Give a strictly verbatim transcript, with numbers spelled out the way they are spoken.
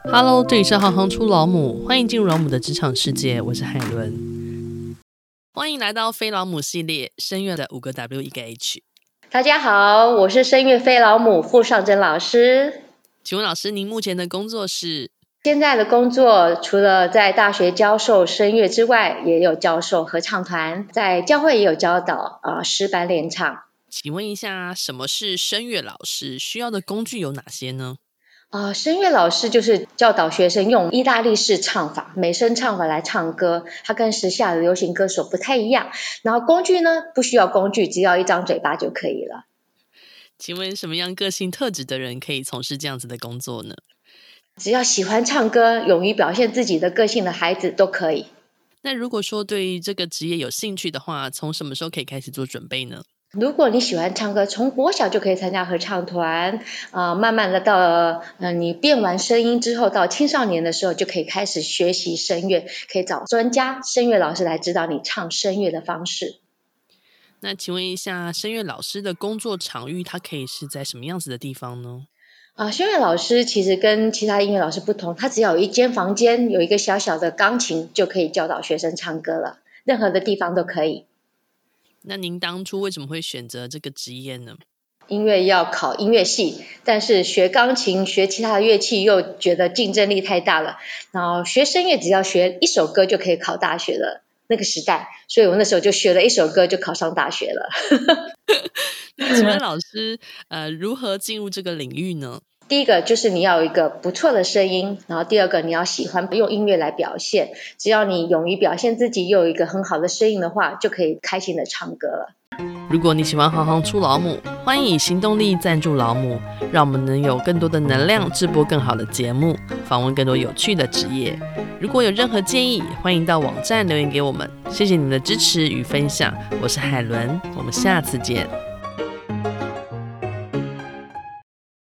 Hello， 这里是行行出老母，欢迎进入老母的职场世界，我是海伦。欢迎来到非老母系列，声乐的五个 W 一个 H。 大家好，我是声乐非老母傅尚珍老师。 请问老师，您目前的工作是？ 现在的工作除了在大学教授声乐之外，也有教授合唱团，在教会也有教导呃诗班练唱。 请问一下，什么是声乐老师？需要的工具有哪些呢？ 呃，声乐老师就是教导学生用意大利式唱法、美声唱法来唱歌，它跟时下的流行歌手不太一样。然后工具呢，不需要工具，只要一张嘴巴就可以了。 请问什么样个性特质的人可以从事这样子的工作呢？ 只要喜欢唱歌、勇于表现自己的个性的孩子都可以。 那如果说对于这个职业有兴趣的话，从什么时候可以开始做准备呢？ 如果你喜欢唱歌，从国小就可以参加合唱团，呃，慢慢的到呃你变完声音之后，到青少年的时候就可以开始学习声乐，可以找专家声乐老师来指导你唱声乐的方式。 那请问一下，声乐老师的工作场域，它可以是在什么样子的地方呢？ 啊、呃，声乐老师其实跟其他音乐老师不同，他只要有一间房间，有一个小小的钢琴，就可以教导学生唱歌了，任何的地方都可以。 那您当初为什么会选择这个职业呢？ 因为要考音乐系，但是学钢琴、学其他的乐器又觉得竞争力太大了。然后学声乐只要学一首歌就可以考大学了，那个时代，所以我那时候就学了一首歌就考上大学了。 那请问老师，呃，如何进入这个领域呢？ 第一个就是你要有一个不错的声音，然后第二个你要喜欢用音乐来表现。只要你勇于表现自己，又有一个很好的声音的话，就可以开心的唱歌了。 如果你喜欢行行出老母，欢迎以行动力赞助老母，让我们能有更多的能量制播更好的节目，访问更多有趣的职业。如果有任何建议，欢迎到网站留言给我们。谢谢你们的支持与分享，我是海伦，我们下次见。